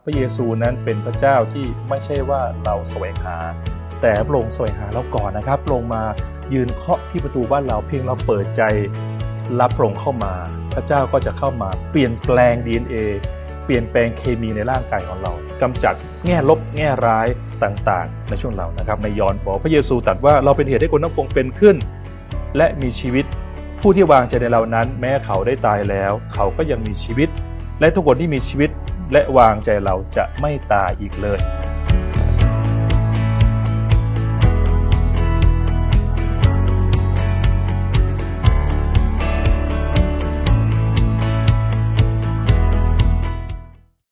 พระเยซูนั้นเป็นพระเจ้าที่ไม่ใช่ว่าเราแสวงหาแต่พระองค์แสวงหาเราก่อนนะครับลงมายืนเคาะที่ประตูบ้านเราเพียงเราเปิดใจรับพระองค์เข้ามาพระเจ้าก็จะเข้ามาเปลี่ยนแปลง DNA เปลี่ยนแปลงเคมีในร่างกายของเรากำจัดแง่ลบแง่ร้ายต่างๆในช่วงเรานะครับในยอห์นบอกพระเยซูตรัสว่าเราเป็นเหตุให้คนทั้งปวงเป็นขึ้นและมีชีวิตผู้ที่วางใจในเรานั้นแม้เขาได้ตายแล้วเขาก็ยังมีชีวิตและทุกคนที่มีชีวิตและวางใจเราจะไม่ตายอีกเลย